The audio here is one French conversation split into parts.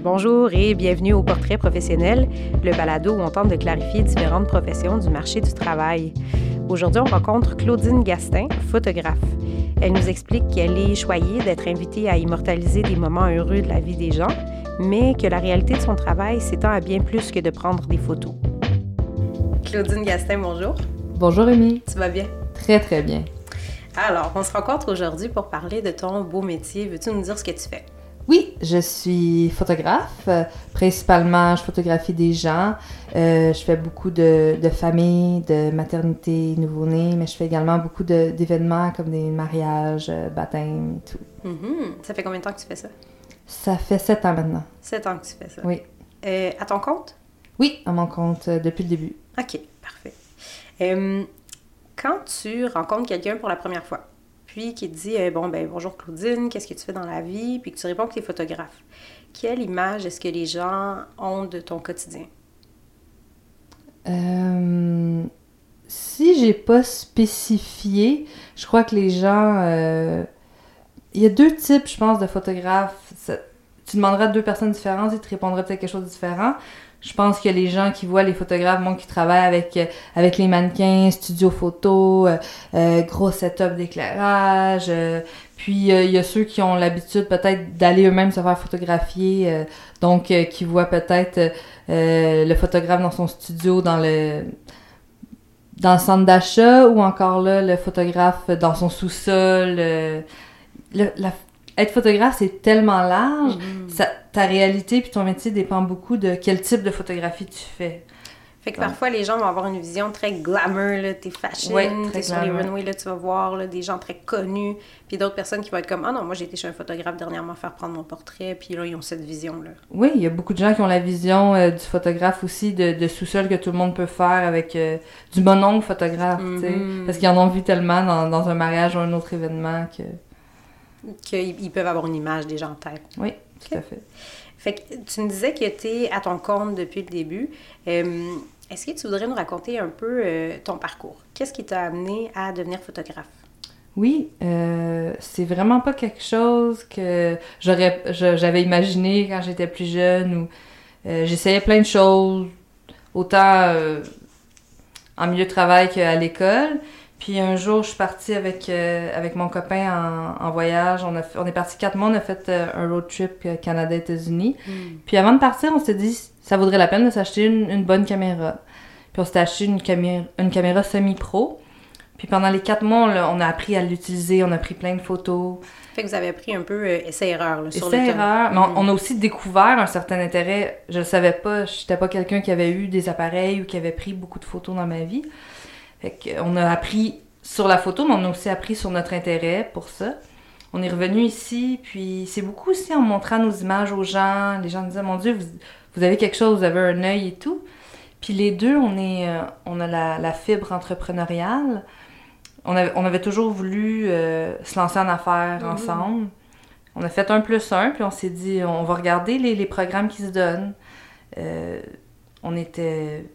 Bonjour et bienvenue au Portrait professionnel, le balado où on tente de clarifier différentes professions du marché du travail. Aujourd'hui, on rencontre Claudine Gastin, photographe. Elle nous explique qu'elle est choyée d'être invitée à immortaliser des moments heureux de la vie des gens, mais que la réalité de son travail s'étend à bien plus que de prendre des photos. Claudine Gastin, bonjour. Bonjour Amy. Tu vas bien? Très très bien. Alors, on se rencontre aujourd'hui pour parler de ton beau métier. Veux-tu nous dire ce que tu fais? Oui, je suis photographe. Principalement, je photographie des gens. Je fais beaucoup de familles, de maternité, nouveau-nés, mais je fais également beaucoup d'événements comme des mariages, baptêmes et tout. Ça fait combien de temps que tu fais ça? Ça fait 7 ans maintenant. 7 ans que tu fais ça? Oui. À ton compte? Oui, à mon compte depuis le début. OK, parfait. Quand tu rencontres quelqu'un pour la première fois, puis qui te dit bonjour Claudine, qu'est-ce que tu fais dans la vie? Puis que tu réponds que tu es photographe. Quelle image est-ce que les gens ont de ton quotidien? Si j'ai pas spécifié, je crois que les gens... il y a 2 types, je pense, de photographes. Tu demanderas à 2 personnes différentes, ils te répondraient peut-être quelque chose de différent. Je pense que les gens qui voient les photographes, qui travaillent avec les mannequins, studio photo, gros setup d'éclairage. Puis il y a ceux qui ont l'habitude peut-être d'aller eux-mêmes se faire photographier, qui voient peut-être le photographe dans son studio dans le centre d'achat, ou encore là le photographe dans son sous-sol. Être photographe, c'est tellement large. Ta réalité puis ton métier dépend beaucoup de quel type de photographie tu fais. Fait que parfois, les gens vont avoir une vision très glamour, là, t'es fashion, t'es sur les runways, là, tu vas voir là, des gens très connus, puis d'autres personnes qui vont être comme « Ah non, moi j'ai été chez un photographe dernièrement faire prendre mon portrait », puis là, ils ont cette vision-là. Oui, il y a beaucoup de gens qui ont la vision du photographe aussi, de sous-sol que tout le monde peut faire avec du mononcle photographe, tu sais, parce qu'ils en ont vu tellement dans un mariage ou un autre événement qu'ils peuvent avoir une image déjà en tête. Oui, tout à fait. Fait que tu me disais que tu es à ton compte depuis le début. Est-ce que tu voudrais nous raconter un peu ton parcours? Qu'est-ce qui t'a amené à devenir photographe? Oui, c'est vraiment pas quelque chose que j'avais imaginé quand j'étais plus jeune. Ou j'essayais plein de choses, autant en milieu de travail qu'à l'école. Puis un jour, je suis partie avec mon copain en voyage. On est parti 4 mois, on a fait un road trip Canada-États-Unis. Puis avant de partir, on s'est dit ça vaudrait la peine de s'acheter une bonne caméra. Puis on s'est acheté une caméra semi-pro. Puis pendant les 4 mois, on a appris à l'utiliser, on a pris plein de photos. Fait que vous avez appris un peu essai-erreur sur le temps. Essai-erreur, mais on a aussi découvert un certain intérêt. Je le savais pas, j'étais pas quelqu'un qui avait eu des appareils ou qui avait pris beaucoup de photos dans ma vie. Fait qu'on a appris sur la photo, mais on a aussi appris sur notre intérêt pour ça. On est revenu ici, puis c'est beaucoup aussi en montrant nos images aux gens. Les gens disaient, mon Dieu, vous avez quelque chose, vous avez un œil et tout. Puis les deux, on a la fibre entrepreneuriale. On avait toujours voulu se lancer en affaires ensemble. On a fait 1+1, puis on s'est dit, on va regarder les programmes qui se donnent. On était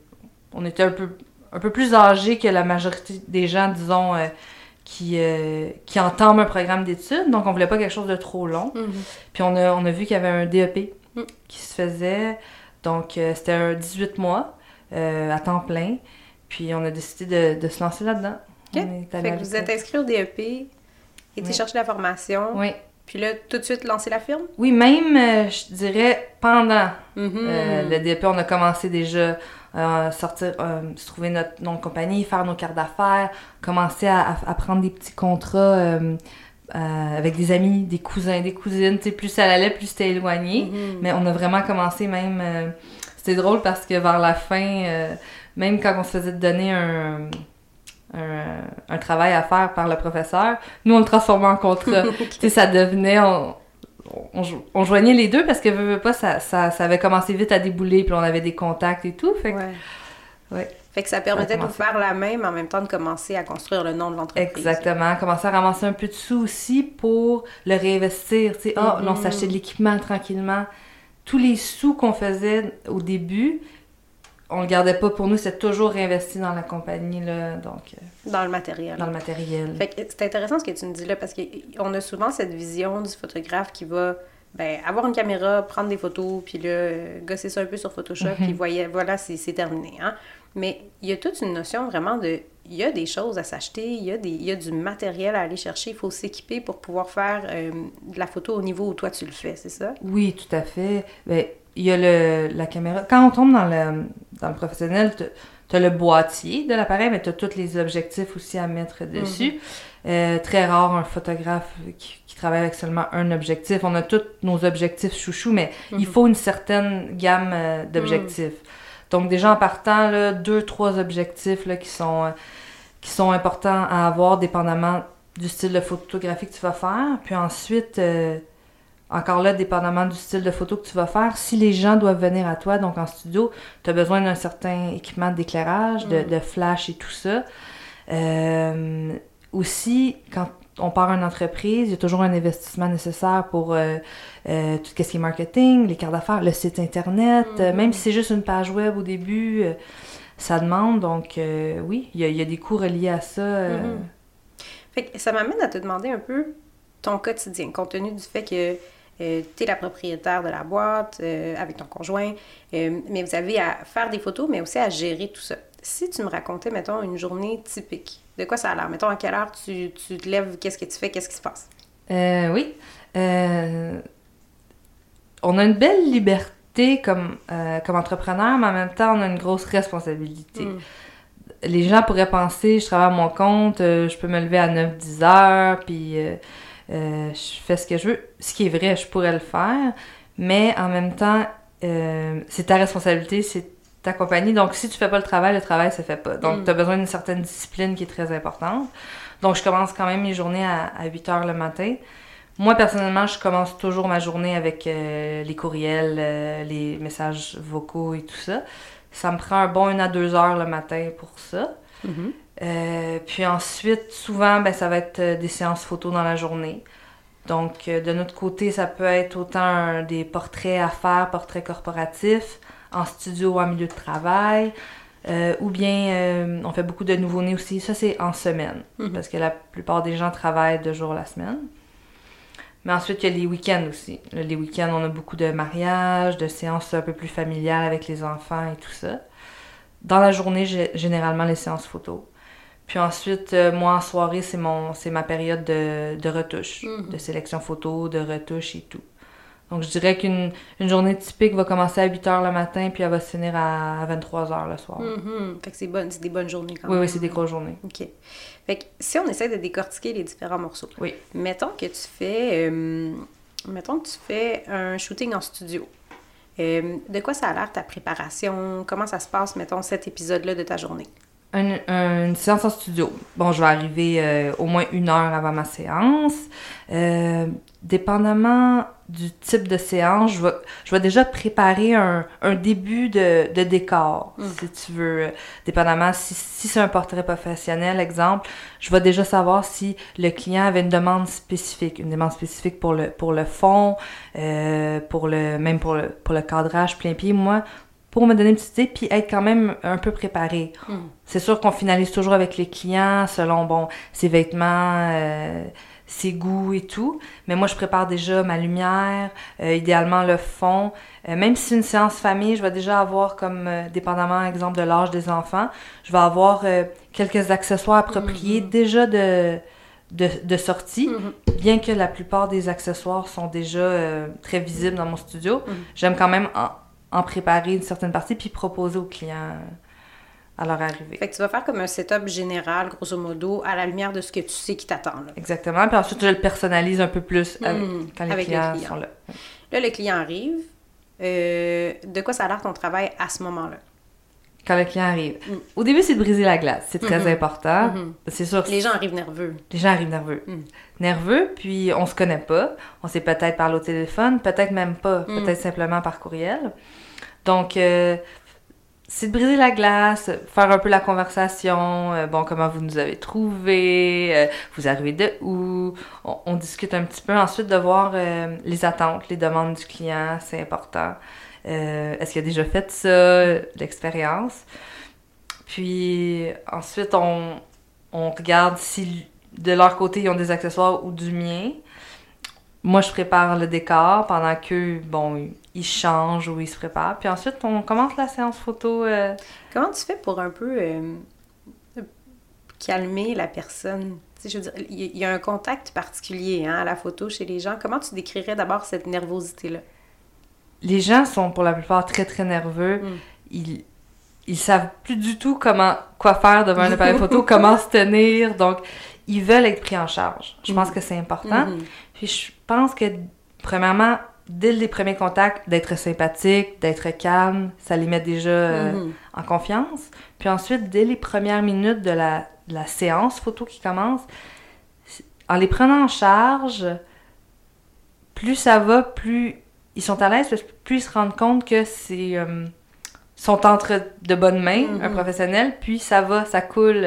un peu plus âgés que la majorité des gens, disons, qui entament un programme d'études. Donc, on voulait pas quelque chose de trop long. Puis, on a vu qu'il y avait un DEP qui se faisait. Donc, c'était un 18 mois à temps plein. Puis, on a décidé de se lancer là-dedans. OK. Fait que vous êtes inscrit au DEP, été chercher la formation. Oui. Puis là, tout de suite, lancer la firme? Oui, même, je dirais, pendant le DEP, on a commencé déjà se trouver notre nom de compagnie, faire nos cartes d'affaires, commencer à prendre des petits contrats avec des amis, des cousins, des cousines. Tu sais, plus ça allait, plus c'était éloigné. Mais on a vraiment commencé même... c'était drôle parce que vers la fin, même quand on se faisait donner un travail à faire par le professeur, nous, on le transformait en contrat. Tu sais, ça devenait... On joignait les deux parce que veux pas, ça avait commencé vite à débouler, puis on avait des contacts et tout. Fait que, fait que ça permettait de vous faire la même, en même temps de commencer à construire le nom de l'entreprise. Exactement. Commencer à ramasser un peu de sous aussi pour le réinvestir. Tu sais, là, on s'achetait de l'équipement tranquillement. Tous les sous qu'on faisait au début, on le gardait pas pour nous, c'est toujours réinvesti dans la compagnie, là, donc... Dans le matériel. Dans le matériel. Fait que c'est intéressant ce que tu me dis là, parce qu'on a souvent cette vision du photographe qui va avoir une caméra, prendre des photos, puis là, gosser ça un peu sur Photoshop, puis voilà, c'est terminé. Hein? Mais il y a toute une notion vraiment de... Il y a des choses à s'acheter, il y a du matériel à aller chercher, il faut s'équiper pour pouvoir faire de la photo au niveau où toi tu le fais, c'est ça? Oui, tout à fait. Ben, il y a la caméra. Quand on tombe dans le professionnel, t'as le boîtier de l'appareil, mais t'as tous les objectifs aussi à mettre dessus. Très rare un photographe qui travaille avec seulement un objectif. On a tous nos objectifs chouchous, mais il faut une certaine gamme d'objectifs. Donc déjà en partant, là, 2-3 objectifs là, qui sont importants à avoir dépendamment du style de photographie que tu vas faire. Puis ensuite, encore là, dépendamment du style de photo que tu vas faire, si les gens doivent venir à toi, donc en studio, tu as besoin d'un certain équipement d'éclairage, de flash et tout ça. Aussi, quand on part une entreprise, il y a toujours un investissement nécessaire pour tout ce qui est marketing, les cartes d'affaires, le site internet, même si c'est juste une page web au début, ça demande. Donc oui, il y a des coûts reliés à ça. Fait que ça m'amène à te demander un peu ton quotidien, compte tenu du fait que tu es la propriétaire de la boîte avec ton conjoint, mais vous avez à faire des photos, mais aussi à gérer tout ça. Si tu me racontais, mettons, une journée typique, de quoi ça a l'air? Mettons, à quelle heure tu te lèves, qu'est-ce que tu fais, qu'est-ce qui se passe? Oui. On a une belle liberté comme entrepreneur, mais en même temps, on a une grosse responsabilité. Les gens pourraient penser, je travaille à mon compte, je peux me lever à 9-10 heures, puis je fais ce que je veux. Ce qui est vrai, je pourrais le faire, mais en même temps, c'est ta responsabilité, c'est ta compagnie. Donc, si tu fais pas le travail se fait pas. Donc, tu as besoin d'une certaine discipline qui est très importante. Donc, je commence quand même mes journées à 8 heures le matin. Moi, personnellement, je commence toujours ma journée avec les courriels, les messages vocaux et tout ça. Ça me prend un bon 1 à 2 heures le matin pour ça. Puis ensuite, souvent, ça va être des séances photos dans la journée. Donc, de notre côté, ça peut être autant des portraits à faire, portraits corporatifs, en studio ou en milieu de travail, ou bien on fait beaucoup de nouveau-nés aussi. Ça, c'est en semaine, parce que la plupart des gens travaillent 2 jours la semaine. Mais ensuite, il y a les week-ends aussi. Les week-ends, on a beaucoup de mariages, de séances un peu plus familiales avec les enfants et tout ça. Dans la journée, j'ai généralement les séances photos. Puis ensuite, moi, en soirée, c'est ma période de retouche, de sélection photo, de retouche et tout. Donc, je dirais qu'une journée typique va commencer à 8 heures le matin, puis elle va se finir à 23 heures le soir. Fait que c'est des bonnes journées quand même. Oui, c'est des grosses journées. OK. Fait que si on essaie de décortiquer les différents morceaux, mettons que tu fais un shooting en studio. De quoi ça a l'air ta préparation? Comment ça se passe, mettons, cet épisode-là de ta journée? Une séance en studio. Bon, je vais arriver au moins 1 heure avant ma séance. Dépendamment du type de séance, je vais déjà préparer un début de décor, si tu veux. Dépendamment, si c'est un portrait professionnel, exemple, je vais déjà savoir si le client avait une demande spécifique pour le fond, pour le cadrage plein pied. Moi, pour me donner une petite idée, puis être quand même un peu préparé. C'est sûr qu'on finalise toujours avec les clients selon, ses vêtements, ses goûts et tout. Mais moi, je prépare déjà ma lumière, idéalement le fond. Même si c'est une séance famille, je vais déjà avoir dépendamment, exemple, de l'âge des enfants, je vais avoir quelques accessoires appropriés déjà de sortie. Bien que la plupart des accessoires sont déjà très visibles dans mon studio, j'aime quand même en préparer une certaine partie puis proposer aux clients à leur arrivée. Fait que tu vas faire comme un setup général, grosso modo, à la lumière de ce que tu sais qui t'attend. Là. Exactement. Puis ensuite, je le personnalise un peu plus quand les clients sont là. Là, le client arrive. De quoi ça a l'air ton travail à ce moment-là? Quand le client arrive. Au début, c'est de briser la glace. C'est très important. C'est sûr. Les gens arrivent nerveux. Nerveux, puis on se connaît pas. On s'est peut-être parlé au téléphone, peut-être même pas. Peut-être simplement par courriel. Donc, c'est de briser la glace, faire un peu la conversation. Comment vous nous avez trouvés? Vous arrivez de où? On discute un petit peu. Ensuite, de voir les attentes, les demandes du client. C'est important. Est-ce qu'il a déjà fait ça, l'expérience? Puis ensuite, on regarde si de leur côté, ils ont des accessoires ou du mien. moi, je prépare le décor pendant qu'eux, bon, ils changent ou ils se préparent. Puis ensuite, on commence la séance photo. Comment tu fais pour un peu calmer la personne? Tu sais, je veux dire, il y a un contact particulier à la photo chez les gens. Comment tu décrirais d'abord cette nervosité-là? Les gens sont pour la plupart très, très nerveux. Ils savent plus du tout quoi faire devant un appareil photo, comment se tenir. Donc, ils veulent être pris en charge. Je pense que c'est important. Puis je pense que, premièrement, dès les premiers contacts, d'être sympathique, d'être calme, ça les met déjà en confiance. Puis ensuite, dès les premières minutes de la séance photo qui commence, en les prenant en charge, plus ça va, plus ils sont à l'aise, plus ils se rendent compte que sont entre de bonnes mains, un professionnel, puis ça va, ça coule.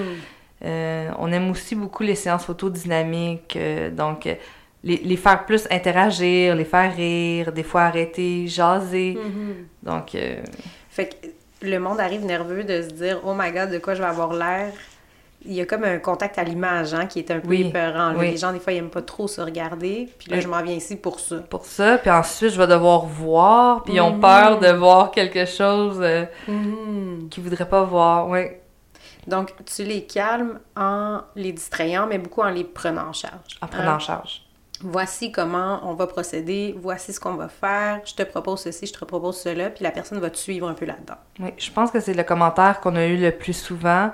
On aime aussi beaucoup les séances photo dynamiques, donc les faire plus interagir, les faire rire, des fois arrêter, jaser. Donc... Fait que le monde arrive nerveux de se dire « Oh my God, de quoi je vais avoir l'air? » Il y a comme un contact à l'image qui est un peu épeurant. Les gens, des fois, ils n'aiment pas trop se regarder. Puis là, je m'en viens ici pour ça. Pour ça, puis ensuite, je vais devoir voir. Puis ils ont peur de voir quelque chose qu'ils ne voudraient pas voir. Oui. Donc, tu les calmes en les distrayant, mais beaucoup en les prenant en charge. En prenant en charge. Voici comment on va procéder, voici ce qu'on va faire, je te propose ceci, je te propose cela, puis la personne va te suivre un peu là-dedans. Oui, je pense que c'est le commentaire qu'on a eu le plus souvent,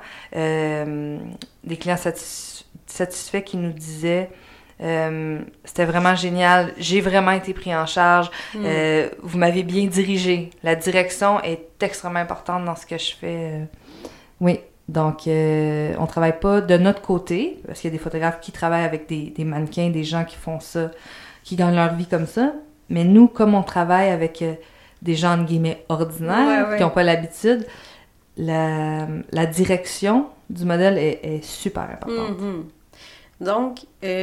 des clients satisfaits qui nous disaient c'était vraiment génial, j'ai vraiment été pris en charge, vous m'avez bien dirigé, la direction est extrêmement importante dans ce que je fais. Oui. Donc, on travaille pas de notre côté, parce qu'il y a des photographes qui travaillent avec des mannequins, des gens qui font ça, qui gagnent leur vie comme ça. Mais nous, comme on travaille avec des gens, entre guillemets, ordinaires, qui n'ont pas l'habitude, la direction du modèle est super importante. Donc,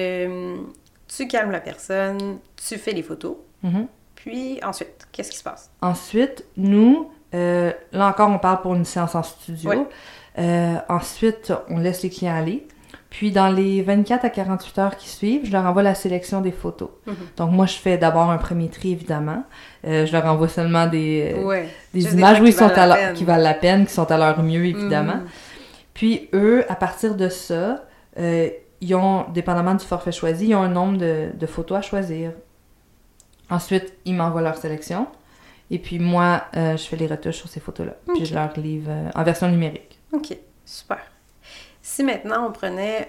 tu calmes la personne, tu fais les photos, puis ensuite, qu'est-ce qui se passe? Ensuite, nous, là encore, on parle pour une séance en studio. Oui. Ensuite, on laisse les clients aller. Puis, dans les 24 à 48 heures qui suivent, je leur envoie la sélection des photos. Donc, moi, je fais d'abord un premier tri, évidemment. Je leur envoie seulement des images qui valent la peine, qui sont à leur mieux, évidemment. Puis, eux, à partir de ça, ils ont, dépendamment du forfait choisi, ils ont un nombre de photos à choisir. Ensuite, ils m'envoient leur sélection. Et puis, moi, je fais les retouches sur ces photos-là. Puis, je leur livre en version numérique. OK, super. Si maintenant on prenait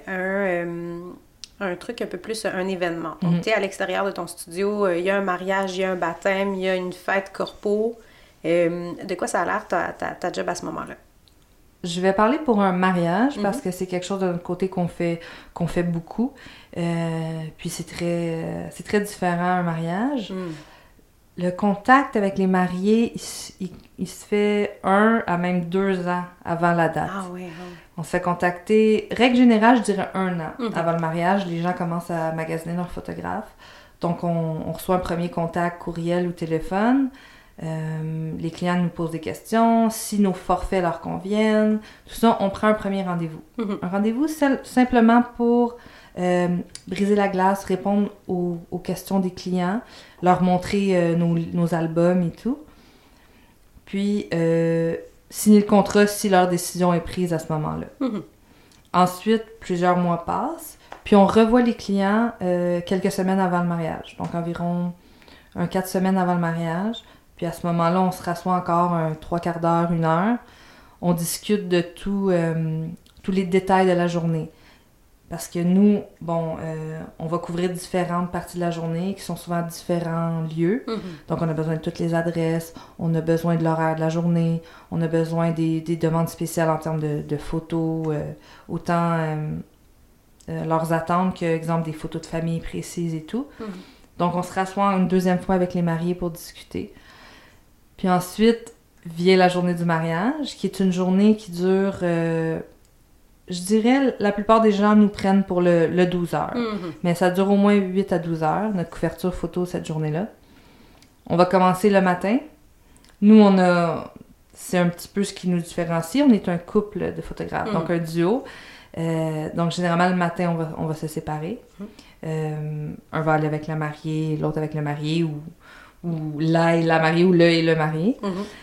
un truc un peu plus, un événement. Donc, tu es à l'extérieur de ton studio, il y a un mariage, il y a un baptême, il y a une fête corpo. De quoi ça a l'air ta job à ce moment-là? Je vais parler pour un mariage parce que c'est quelque chose de notre côté qu'on fait beaucoup. Puis c'est très différent un mariage. Le contact avec les mariés, il se fait 1 à même 2 ans avant la date. Ah oui, On se fait contacter, règle générale, je dirais 1 an avant le mariage. Les gens commencent à magasiner leurs photographes. Donc, on reçoit un premier contact courriel ou téléphone. Les clients nous posent des questions, si nos forfaits leur conviennent. Tout ça, on prend un premier rendez-vous. Un rendez-vous simplement pour briser la glace, répondre aux questions des clients, leur montrer nos albums et tout. Puis, signer le contrat si leur décision est prise à ce moment-là. Ensuite, plusieurs mois passent, puis on revoit les clients quelques semaines avant le mariage. Donc, environ 4 semaines avant le mariage. Puis à ce moment-là, on se rassoit encore 3/4 d'heure, 1 heure. On discute de tous les détails de la journée. Parce que nous, on va couvrir différentes parties de la journée qui sont souvent à différents lieux. Donc, on a besoin de toutes les adresses, on a besoin de l'horaire de la journée, on a besoin des demandes spéciales en termes de photos, autant leurs attentes que, exemple, des photos de famille précises et tout. Donc, on se rassoit une deuxième fois avec les mariés pour discuter. Puis ensuite, vient la journée du mariage, qui est une journée qui dure... je dirais, la plupart des gens nous prennent pour le 12 heures. Mais ça dure au moins 8 à 12 heures, notre couverture photo cette journée-là. On va commencer le matin. Nous, c'est un petit peu ce qui nous différencie. On est un couple de photographes, donc un duo. Donc, généralement, le matin, on va se séparer. Un va aller avec la mariée, l'autre avec le marié, ou là et la mariée, ou le et le marié.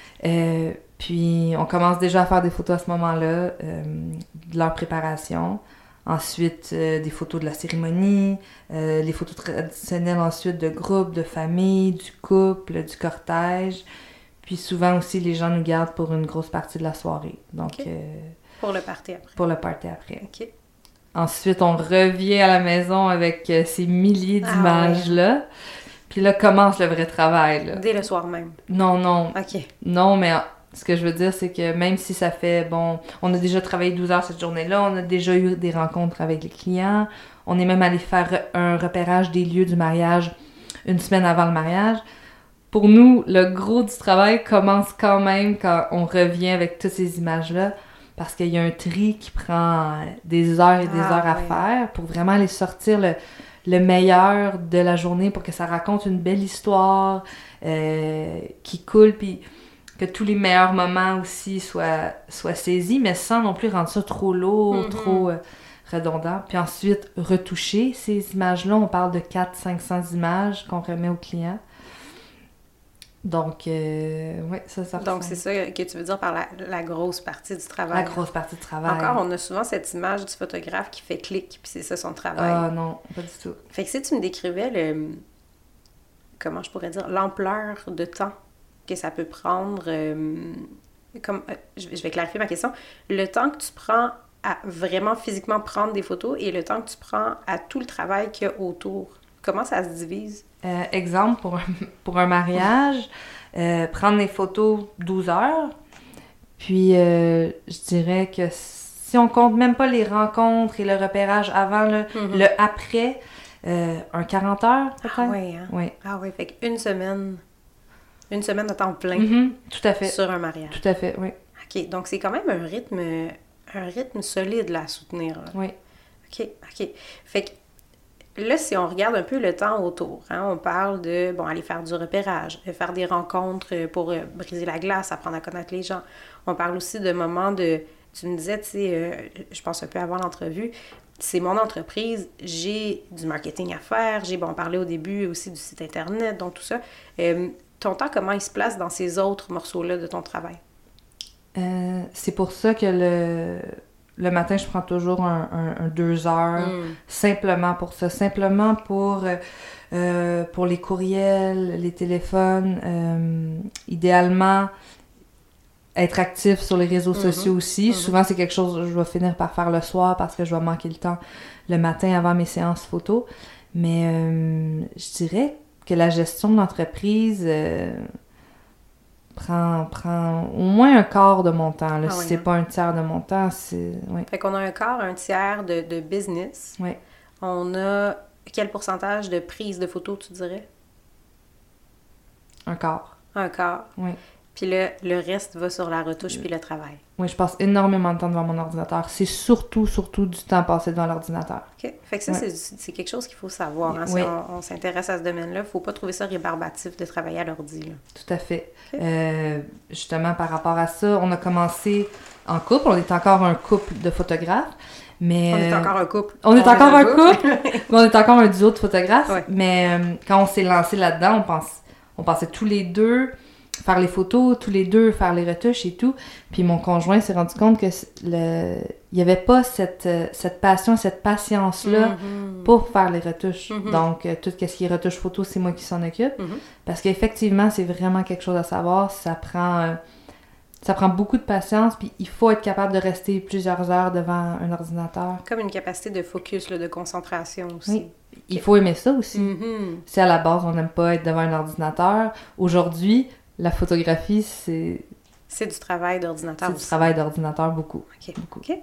Puis, on commence déjà à faire des photos à ce moment-là, de leur préparation. Ensuite, des photos de la cérémonie, les photos traditionnelles ensuite de groupe, de famille, du couple, du cortège. Puis souvent aussi, les gens nous gardent pour une grosse partie de la soirée. Donc, pour le party après. Pour le party après. OK. Ensuite, on revient à la maison avec ces milliers d'images-là. Puis là, commence le vrai travail. Là. Dès le soir même? Non. OK. Non, mais ce que je veux dire, c'est que même si ça fait, on a déjà travaillé 12 heures cette journée-là, on a déjà eu des rencontres avec les clients, on est même allé faire un repérage des lieux du mariage une semaine avant le mariage. Pour nous, le gros du travail commence quand même quand on revient avec toutes ces images-là, parce qu'il y a un tri qui prend des heures et des heures à faire pour vraiment aller sortir le meilleur de la journée pour que ça raconte une belle histoire qui coule, puis que tous les meilleurs moments aussi soient saisis, mais sans non plus rendre ça trop lourd, trop redondant. Puis ensuite, retoucher ces images-là. On parle de 400-500 images qu'on remet au client. Donc, ça Donc, c'est ça que tu veux dire par la grosse partie du travail. La grosse partie du travail. Encore, on a souvent cette image du photographe qui fait clic, puis c'est ça son travail. Ah non, pas du tout. Fait que si tu me décrivais comment je pourrais dire, l'ampleur de temps que ça peut prendre, je vais clarifier ma question, le temps que tu prends à vraiment physiquement prendre des photos et le temps que tu prends à tout le travail qu'il y a autour, comment ça se divise? Exemple, pour un mariage, prendre les photos 12 heures, puis je dirais que si on compte même pas les rencontres et le repérage avant, le après, un 40 heures peut-être. Ah oui, hein? Oui. Ah oui, fait qu'une semaine de temps plein tout à fait. Sur un mariage. Tout à fait, oui. OK, donc c'est quand même un rythme solide là, à soutenir. Là. Oui. OK. Fait que là, si on regarde un peu le temps autour, hein, on parle de, aller faire du repérage, faire des rencontres pour briser la glace, apprendre à connaître les gens. On parle aussi de moments tu me disais, tu sais, je pense un peu avant l'entrevue, c'est mon entreprise, j'ai du marketing à faire, on parlait au début aussi du site Internet, donc tout ça. Ton temps, comment il se place dans ces autres morceaux-là de ton travail? C'est pour ça que le matin, je prends toujours un 2 heures, simplement pour ça. Simplement pour les courriels, les téléphones. Idéalement, être actif sur les réseaux sociaux aussi. Souvent, c'est quelque chose que je vais finir par faire le soir parce que je vais manquer le temps le matin avant mes séances photo. Mais je dirais que la gestion de l'entreprise prend au moins un quart de mon temps. Là. Si c'est pas un tiers de mon temps, c'est... Oui. Fait qu'on a un quart, un tiers de business. Oui. On a quel pourcentage de prise de photos, tu dirais? Un quart. Un quart. Oui. Puis là, le reste va sur la retouche puis le travail. Oui, je passe énormément de temps devant mon ordinateur. C'est surtout du temps passé devant l'ordinateur. OK. Fait que ça, c'est quelque chose qu'il faut savoir. Hein? Oui. Si on s'intéresse à ce domaine-là, il ne faut pas trouver ça rébarbatif de travailler à l'ordi. Là. Tout à fait. Okay. Justement, par rapport à ça, on a commencé en couple. On est encore un couple de photographes. Mais, on est encore un couple. On est encore un couple, mais on est encore un duo de photographes. Ouais. Mais quand on s'est lancé là-dedans, on pensait tous les deux faire les photos, tous les deux faire les retouches et tout. Puis mon conjoint s'est rendu compte que il y avait pas cette passion, cette patience-là pour faire les retouches. Donc, tout ce qui est retouche photo, c'est moi qui s'en occupe. Parce qu'effectivement, c'est vraiment quelque chose à savoir. Ça prend beaucoup de patience, puis il faut être capable de rester plusieurs heures devant un ordinateur. Comme une capacité de focus, là, de concentration aussi. Oui. Il faut aimer ça aussi. Si à la base, on n'aime pas être devant un ordinateur, aujourd'hui, la photographie, c'est du travail d'ordinateur aussi. C'est du travail d'ordinateur, beaucoup. OK. Beaucoup. OK.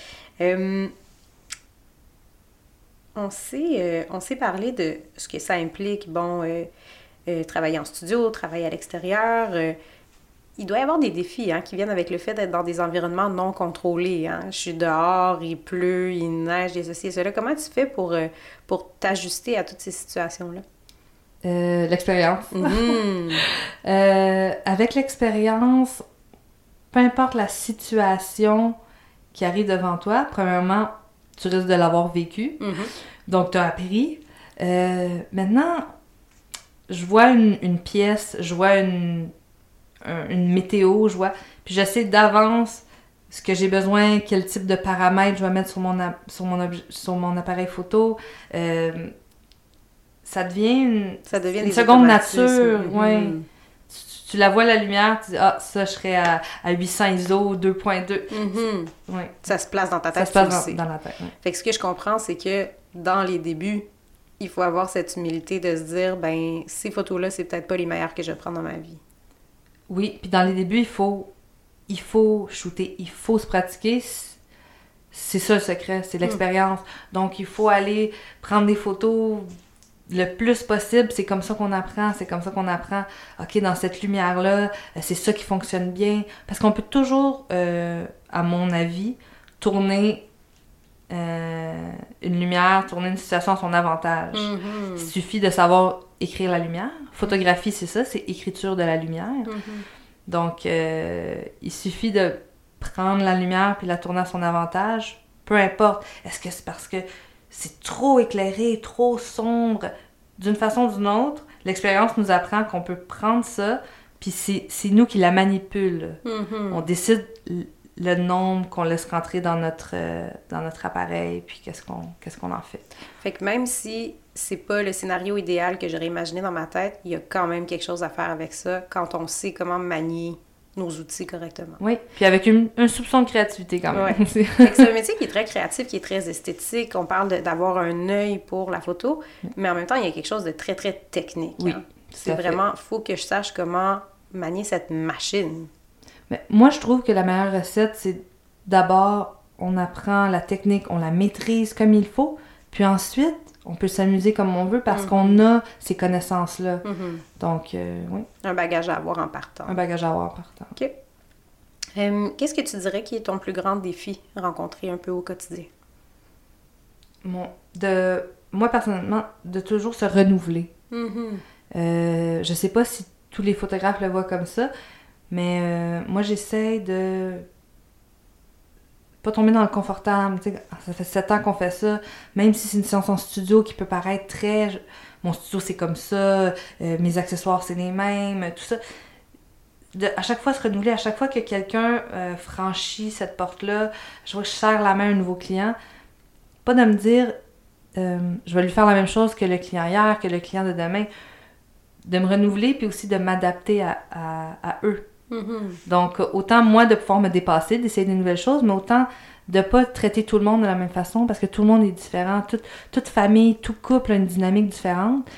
On s'est parlé de ce que ça implique, travailler en studio, travailler à l'extérieur. Il doit y avoir des défis qui viennent avec le fait d'être dans des environnements non contrôlés. Hein? Je suis dehors, il pleut, il neige, et ceci et cela. Comment tu fais pour t'ajuster à toutes ces situations-là? L'expérience. Avec l'expérience, peu importe la situation qui arrive devant toi, premièrement, tu risques de l'avoir vécu. Donc, tu as appris. Maintenant, je vois une pièce, je vois une météo, puis je sais d'avance ce que j'ai besoin, quel type de paramètres je vais mettre sur mon appareil photo. Ça devient une seconde nature. Ouais. Tu la vois la lumière, tu dis ça je serais à 800 ISO 2.2. Ouais. Ça se place dans ta tête. Ça se place dans la tête. Ouais. Fait que ce que je comprends, c'est que dans les débuts, il faut avoir cette humilité de se dire ces photos-là, c'est peut-être pas les meilleures que je vais prendre dans ma vie. Oui, puis dans les débuts, il faut shooter, il faut se pratiquer. C'est ça le secret, c'est l'expérience. Donc, il faut aller prendre des photos le plus possible. C'est comme ça qu'on apprend. OK, dans cette lumière-là, c'est ça qui fonctionne bien. Parce qu'on peut toujours, à mon avis, tourner une lumière, tourner une situation à son avantage. Il suffit de savoir écrire la lumière. Photographie, c'est ça, c'est écriture de la lumière. Donc, il suffit de prendre la lumière puis la tourner à son avantage. Peu importe. Est-ce que c'est parce que c'est trop éclairé, trop sombre? D'une façon ou d'une autre, l'expérience nous apprend qu'on peut prendre ça, puis c'est nous qui la manipule. On décide le nombre qu'on laisse rentrer dans notre appareil, puis qu'est-ce qu'on en fait. Fait que même si c'est pas le scénario idéal que j'aurais imaginé dans ma tête, il y a quand même quelque chose à faire avec ça quand on sait comment manier nos outils correctement. Oui, puis avec un soupçon de créativité quand même. Ouais. C'est un métier qui est très créatif, qui est très esthétique. On parle d'avoir un œil pour la photo, mais en même temps, il y a quelque chose de très, très technique. Oui, c'est vraiment, il faut que je sache comment manier cette machine. Mais moi, je trouve que la meilleure recette, c'est d'abord, on apprend la technique, on la maîtrise comme il faut, puis ensuite, on peut s'amuser comme on veut parce qu'on a ces connaissances-là. Donc, oui. Un bagage à avoir en partant. OK. Qu'est-ce que tu dirais qui est ton plus grand défi rencontré un peu au quotidien? Moi, personnellement, de toujours se renouveler. Je sais pas si tous les photographes le voient comme ça, mais moi, j'essaie de pas tomber dans le confortable. Tu sais, ça fait 7 ans qu'on fait ça, même si c'est une séance en studio qui peut paraître très... Mon studio, c'est comme ça, mes accessoires, c'est les mêmes, tout ça. À chaque fois, se renouveler, à chaque fois que quelqu'un franchit cette porte-là, je vois que je serre la main à un nouveau client, pas de me dire je vais lui faire la même chose que le client hier, que le client de demain, de me renouveler, puis aussi de m'adapter à eux. Donc, autant moi de pouvoir me dépasser, d'essayer des nouvelles choses, mais autant de pas traiter tout le monde de la même façon, parce que tout le monde est différent, toute famille, tout couple a une dynamique différente.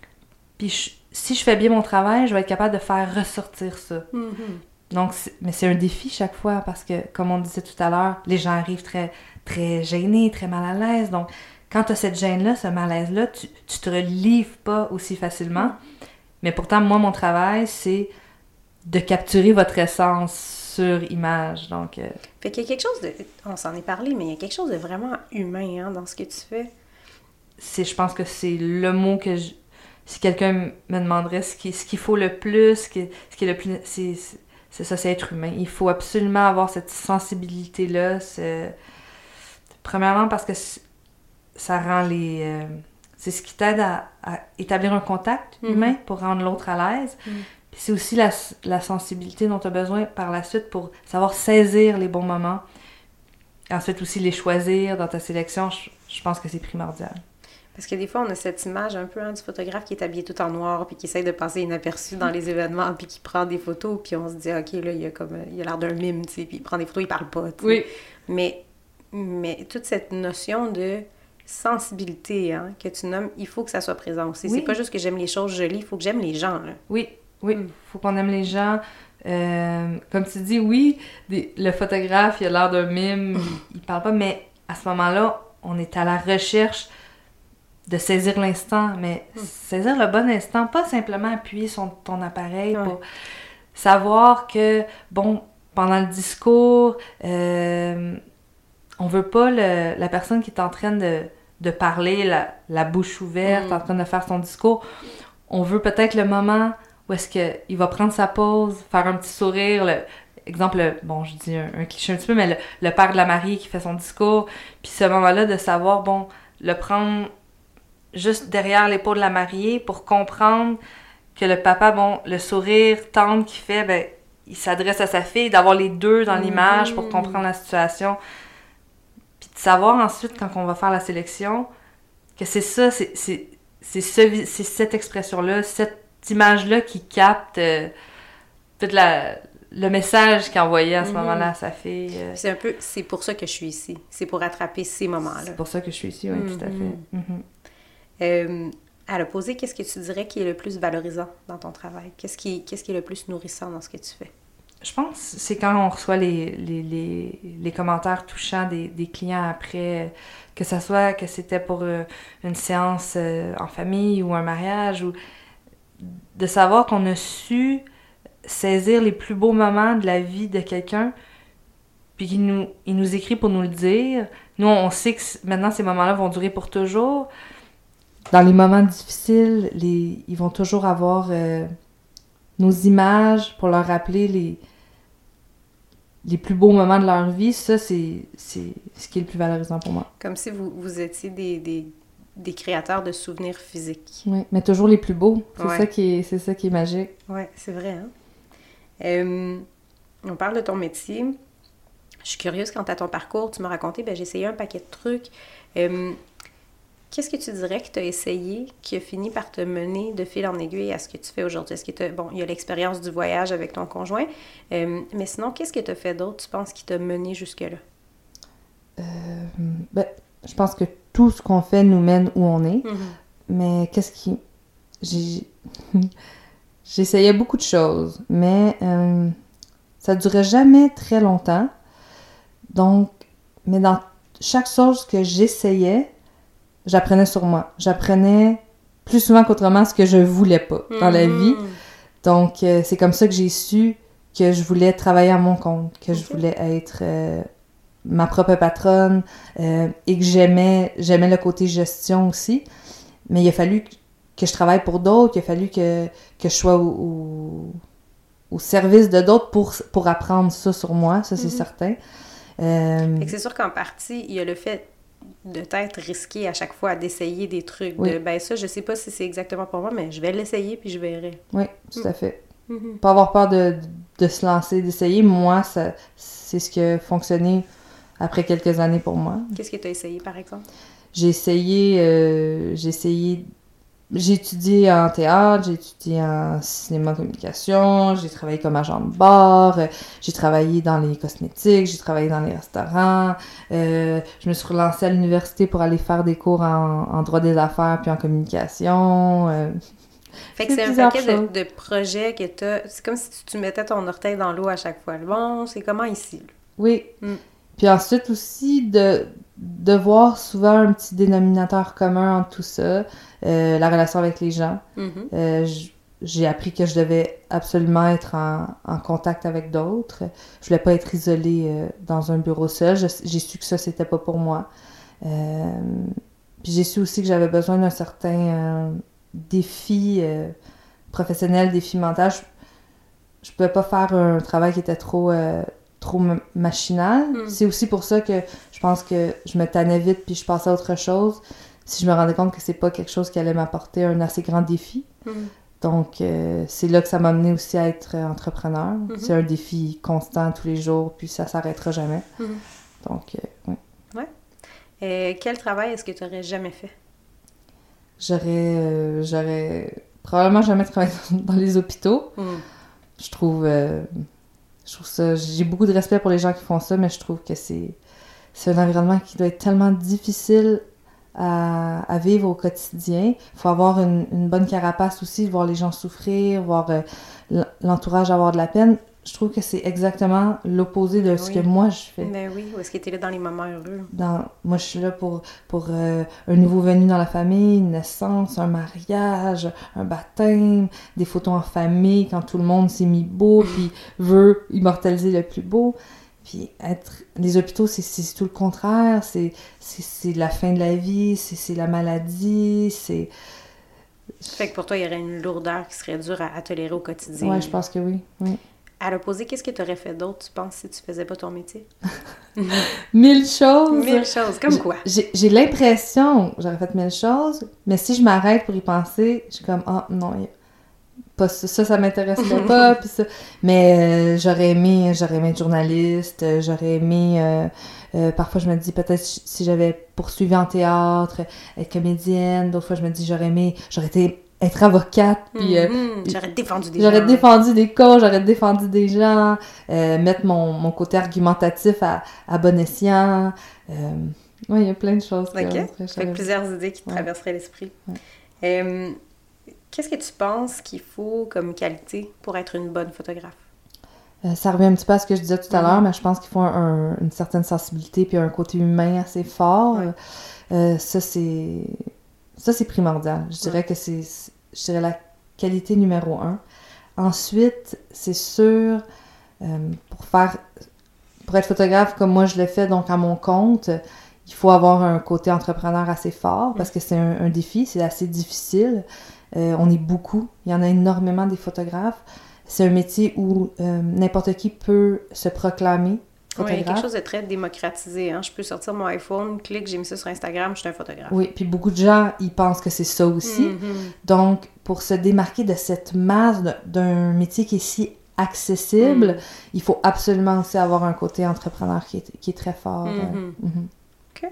Puis si je fais bien mon travail, je vais être capable de faire ressortir ça. Donc, mais c'est un défi chaque fois, parce que, comme on disait tout à l'heure, les gens arrivent très, très gênés, très mal à l'aise. Donc, quand tu as cette gêne-là, ce malaise-là, tu te livres pas aussi facilement. Mais pourtant, moi, mon travail, c'est de capturer votre essence sur image. Donc, Fait qu'il y a quelque chose de... On s'en est parlé, mais il y a quelque chose de vraiment humain dans ce que tu fais. Je pense que c'est le mot que si quelqu'un me demanderait ce qu'il faut le plus, ce qui est le plus... C'est ça, c'est être humain. Il faut absolument avoir cette sensibilité-là. Premièrement, parce que ça rend les... c'est ce qui t'aide à établir un contact humain pour rendre l'autre à l'aise. Puis c'est aussi la sensibilité dont tu as besoin par la suite pour savoir saisir les bons moments. Et ensuite aussi les choisir dans ta sélection, je pense que c'est primordial. Parce que des fois, on a cette image un peu du photographe qui est habillé tout en noir, puis qui essaie de passer inaperçu dans les événements, puis qui prend des photos, puis on se dit, OK, là, il a l'air d'un mime, tu sais, puis il prend des photos, il parle pas, tu sais. Oui. Mais toute cette notion de sensibilité que tu nommes, il faut que ça soit présent aussi. Oui. C'est pas juste que j'aime les choses jolies, il faut que j'aime les gens, là. Oui. Faut qu'on aime les gens. Comme tu dis, oui, le photographe, il a l'air d'un mime, il parle pas, mais à ce moment-là, on est à la recherche de saisir l'instant, mais saisir le bon instant, pas simplement appuyer sur ton appareil pour savoir que, bon, pendant le discours, on veut pas la personne qui est en train de parler, la bouche ouverte, en train de faire son discours. On veut peut-être le moment où est-ce qu'il va prendre sa pause, faire un petit sourire, exemple, bon, je dis un cliché un petit peu, mais le père de la mariée qui fait son discours, puis ce moment-là de savoir, bon, le prendre juste derrière l'épaule de la mariée pour comprendre que le papa, bon, le sourire tendre qu'il fait, ben, il s'adresse à sa fille, d'avoir les deux dans l'image pour comprendre la situation. Puis de savoir ensuite, quand on va faire la sélection, que c'est ça, c'est cette expression-là, cette image-là qui capte tout le message qu'il envoyait à ce moment-là à sa fille. C'est pour ça que je suis ici. C'est pour attraper ces moments-là. C'est pour ça que je suis ici, oui, tout à fait. À l'opposé, qu'est-ce que tu dirais qui est le plus valorisant dans ton travail? Qu'est-ce qui est le plus nourrissant dans ce que tu fais? Je pense que c'est quand on reçoit les commentaires touchants des clients après, que ça soit que c'était pour une séance en famille ou un mariage, ou de savoir qu'on a su saisir les plus beaux moments de la vie de quelqu'un, puis il nous écrit pour nous le dire. Nous, on sait que maintenant, ces moments-là vont durer pour toujours. Dans les moments difficiles, ils vont toujours avoir nos images pour leur rappeler les plus beaux moments de leur vie. Ça, c'est ce qui est le plus valorisant pour moi. Comme si vous étiez des créateurs de souvenirs physiques. Oui, mais toujours les plus beaux. C'est ça qui est magique. Oui, c'est vrai, hein? On parle de ton métier. Je suis curieuse, quant à ton parcours, tu m'as raconté, j'ai essayé un paquet de trucs. Qu'est-ce que tu dirais que tu as essayé qui a fini par te mener de fil en aiguille à ce que tu fais aujourd'hui? Est-ce que il y a l'expérience du voyage avec ton conjoint, mais sinon, qu'est-ce que tu as fait d'autre, tu penses, qui t'a mené jusque-là? Je pense que tout ce qu'on fait nous mène où on est, mais qu'est-ce qui... J'essayais beaucoup de choses, mais ça durait jamais très longtemps. Donc, mais dans chaque chose que j'essayais, j'apprenais sur moi. J'apprenais plus souvent qu'autrement ce que je voulais pas dans la vie. Donc, c'est comme ça que j'ai su que je voulais travailler à mon compte, que je voulais être ma propre patronne et que j'aimais le côté gestion aussi. Mais il a fallu que je travaille pour d'autres, il a fallu que je sois au service de d'autres pour apprendre ça sur moi, ça c'est certain. C'est sûr qu'en partie, il y a le fait de t'être risqué à chaque fois d'essayer des trucs. Oui. Ça, je sais pas si c'est exactement pour moi, mais je vais l'essayer puis je verrai. Oui, tout à fait. Pas avoir peur de se lancer, d'essayer. Moi, c'est ce qui a fonctionné après quelques années pour moi. Qu'est-ce que tu as essayé, par exemple? J'ai étudié en théâtre, j'ai étudié en cinéma communication, j'ai travaillé comme agent de bar, j'ai travaillé dans les cosmétiques, j'ai travaillé dans les restaurants, je me suis relancée à l'université pour aller faire des cours en droit des affaires puis en communication. Fait que c'est un paquet de projets que t'as... C'est comme si tu mettais ton orteil dans l'eau à chaque fois. Bon, c'est comment ici? Oui. Puis ensuite aussi de voir souvent un petit dénominateur commun entre tout ça, la relation avec les gens. J'ai appris que je devais absolument être en contact avec d'autres. Je voulais pas être isolée dans un bureau seul. J'ai su que ça, c'était pas pour moi. Puis j'ai su aussi que j'avais besoin d'un certain défi professionnel, défi mental. Je pouvais pas faire un travail qui était trop machinal. C'est aussi pour ça que je pense que je me tannais vite puis je passais à autre chose si je me rendais compte que c'est pas quelque chose qui allait m'apporter un assez grand défi. Donc, c'est là que ça m'a amené aussi à être entrepreneur. C'est un défi constant tous les jours, puis ça s'arrêtera jamais. Donc, oui. Ouais. Quel travail est-ce que tu n'aurais jamais fait? J'aurais probablement jamais travaillé dans les hôpitaux. Je trouve ça... J'ai beaucoup de respect pour les gens qui font ça, mais je trouve que c'est un environnement qui doit être tellement difficile à vivre au quotidien. Il faut avoir une bonne carapace aussi, voir les gens souffrir, voir l'entourage avoir de la peine. Je trouve que c'est exactement l'opposé de ce que moi je fais. Ben oui, ou est-ce que tu es là dans les moments heureux? Moi, je suis là pour un nouveau venu dans la famille, une naissance, un mariage, un baptême, des photos en famille quand tout le monde s'est mis beau puis veut immortaliser le plus beau. Puis les hôpitaux, c'est tout le contraire. C'est la fin de la vie, c'est la maladie, c'est... Fait que pour toi, il y aurait une lourdeur qui serait dure à tolérer au quotidien. Oui, je pense que oui. À l'opposé, qu'est-ce que tu aurais fait d'autre, tu penses, si tu faisais pas ton métier? 1000 choses! 1000 choses, comme quoi? J'ai l'impression que j'aurais fait 1000 choses, mais si je m'arrête pour y penser, je suis comme, ah non, pas ça m'intéresserait pas, puis ça. Mais j'aurais aimé être journaliste, j'aurais aimé... parfois, je me dis, peut-être si j'avais poursuivi en théâtre, être comédienne, d'autres fois, je me dis, j'aurais été être avocate, puis... J'aurais défendu des gens. J'aurais défendu des causes, j'aurais défendu des gens, mettre mon côté argumentatif à bon escient. Oui, il y a plein de choses. OK. Fait plusieurs idées qui te traverseraient l'esprit. Ouais. Qu'est-ce que tu penses qu'il faut comme qualité pour être une bonne photographe? Ça revient un petit peu à ce que je disais tout à l'heure, mais je pense qu'il faut une certaine sensibilité puis un côté humain assez fort. Ouais. Ça, c'est primordial. Je dirais que c'est la qualité numéro 1. Ensuite, c'est sûr, pour être photographe comme moi je le fais, donc à mon compte, il faut avoir un côté entrepreneur assez fort parce que c'est un défi, c'est assez difficile. On est beaucoup, il y en a énormément des photographes. C'est un métier où n'importe qui peut se proclamer photographe. Oui, il y a quelque chose de très démocratisé. Hein? Je peux sortir mon iPhone, clique, j'ai mis ça sur Instagram, je suis un photographe. Oui, puis beaucoup de gens, ils pensent que c'est ça aussi. Donc, pour se démarquer de cette masse d'un métier qui est si accessible, il faut absolument aussi avoir un côté entrepreneur qui est très fort. OK.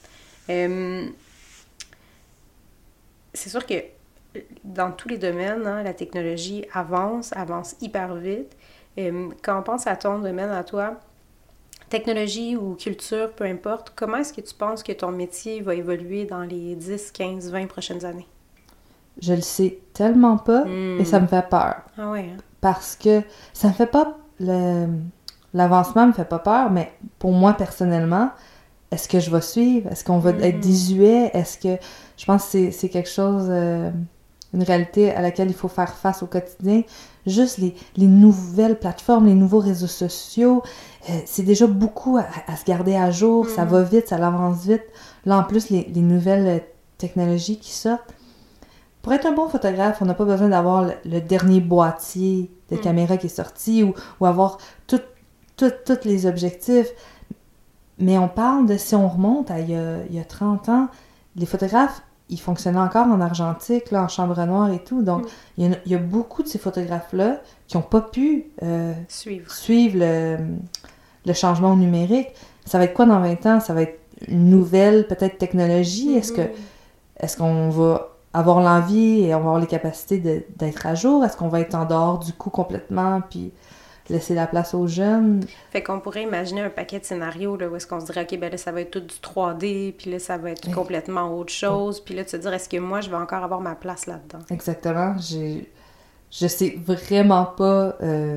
C'est sûr que dans tous les domaines, hein, la technologie avance hyper vite. Quand on pense à ton domaine, à toi, technologie ou culture, peu importe, comment est-ce que tu penses que ton métier va évoluer dans les 10, 15, 20 prochaines années? Je le sais tellement pas et ça me fait peur. Ah ouais, hein? Parce que ça me fait pas... L'avancement me fait pas peur, mais pour moi, personnellement, est-ce que je vais suivre? Est-ce qu'on va être désuet? Est-ce que... Je pense que c'est quelque chose... une réalité à laquelle il faut faire face au quotidien. Juste les nouvelles plateformes, les nouveaux réseaux sociaux, c'est déjà beaucoup à se garder à jour. Ça va vite, ça avance vite. Là, en plus, les nouvelles technologies qui sortent. Pour être un bon photographe, on n'a pas besoin d'avoir le dernier boîtier de caméra qui est sorti ou avoir tous les objectifs. Mais on parle de, si on remonte à il y a 30 ans, les photographes, ils fonctionnaient encore en argentique, là, en chambre noire et tout. Donc, il y a beaucoup de ces photographes-là qui n'ont pas pu suivre le changement numérique. Ça va être quoi dans 20 ans? Ça va être une nouvelle, peut-être, technologie? Est-ce qu'on va avoir l'envie et on va avoir les capacités d'être à jour? Est-ce qu'on va être en dehors du coup complètement, puis laisser la place aux jeunes? Fait qu'on pourrait imaginer un paquet de scénarios là, où est-ce qu'on se dirait, OK, ben là, ça va être tout du 3D, puis là, ça va être complètement autre chose, puis là, tu te dire, est-ce que moi, je vais encore avoir ma place là-dedans? Exactement. Je sais vraiment pas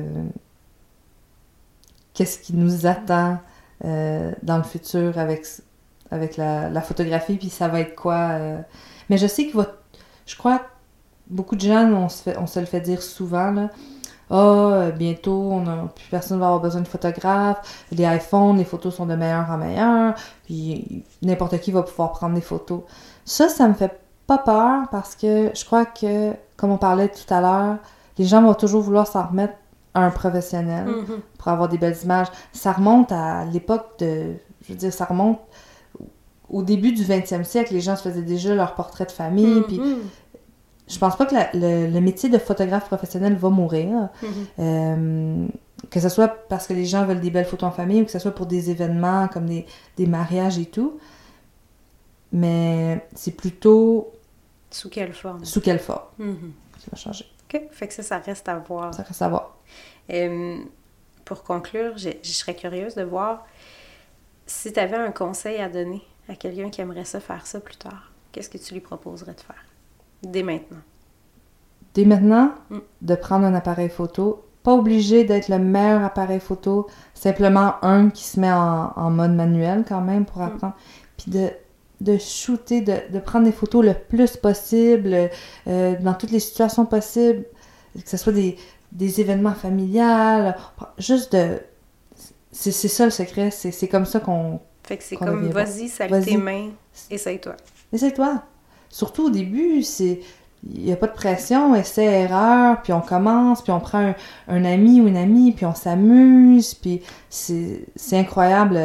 qu'est-ce qui nous attend dans le futur avec la photographie, puis ça va être quoi. Mais je sais je crois que beaucoup de gens, on se le fait dire souvent, là, bientôt, plus personne va avoir besoin de photographe, les iPhones, les photos sont de meilleur en meilleur, puis n'importe qui va pouvoir prendre des photos. Ça me fait pas peur parce que je crois que, comme on parlait tout à l'heure, les gens vont toujours vouloir s'en remettre à un professionnel pour avoir des belles images. Ça remonte à l'époque ça remonte au début du 20e siècle, les gens se faisaient déjà leur portrait de famille, puis je pense pas que le métier de photographe professionnel va mourir. Que ce soit parce que les gens veulent des belles photos en famille ou que ce soit pour des événements comme des mariages et tout. Mais c'est plutôt... Sous quelle forme? Sous quelle forme. Ça va changer. OK. Fait que ça reste à voir. Ça reste à voir. Pour conclure, je serais curieuse de voir si tu avais un conseil à donner à quelqu'un qui aimerait faire ça plus tard. Qu'est-ce que tu lui proposerais de faire? Dès maintenant. Dès maintenant, de prendre un appareil photo. Pas obligé d'être le meilleur appareil photo. Simplement un qui se met en mode manuel quand même pour apprendre. Puis de shooter, de prendre des photos le plus possible, dans toutes les situations possibles. Que ce soit des événements familiales. Juste de... C'est ça le secret. C'est comme ça qu'on... Fait que c'est comme, vas-y, salis tes mains, essaye-toi. Essaye-toi. Surtout au début, c'est il n'y a pas de pression, essai-erreur, puis on commence, puis on prend un ami ou une amie, puis on s'amuse, puis c'est incroyable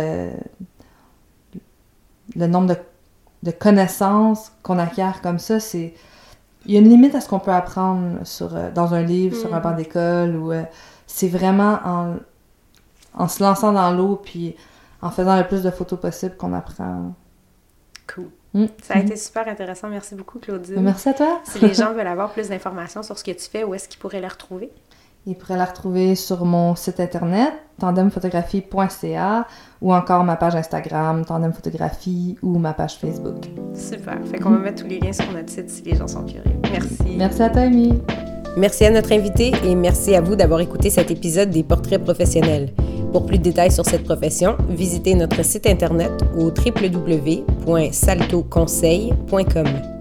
le nombre de connaissances qu'on acquiert comme ça. Il y a une limite à ce qu'on peut apprendre dans un livre, sur un banc d'école, ou c'est vraiment en se lançant dans l'eau, puis en faisant le plus de photos possible qu'on apprend. Cool. Ça a été super intéressant. Merci beaucoup, Claudine. Merci à toi. Si les gens veulent avoir plus d'informations sur ce que tu fais, où est-ce qu'ils pourraient la retrouver? Ils pourraient la retrouver sur mon site internet, tandemphotographie.ca, ou encore ma page Instagram, Tandem Photographie, ou ma page Facebook. Super. Fait qu'on va mettre tous les liens sur notre site si les gens sont curieux. Merci. Merci à toi, Amy. Merci à notre invité et merci à vous d'avoir écouté cet épisode des Portraits professionnels. Pour plus de détails sur cette profession, visitez notre site internet au www.saltoconseil.com.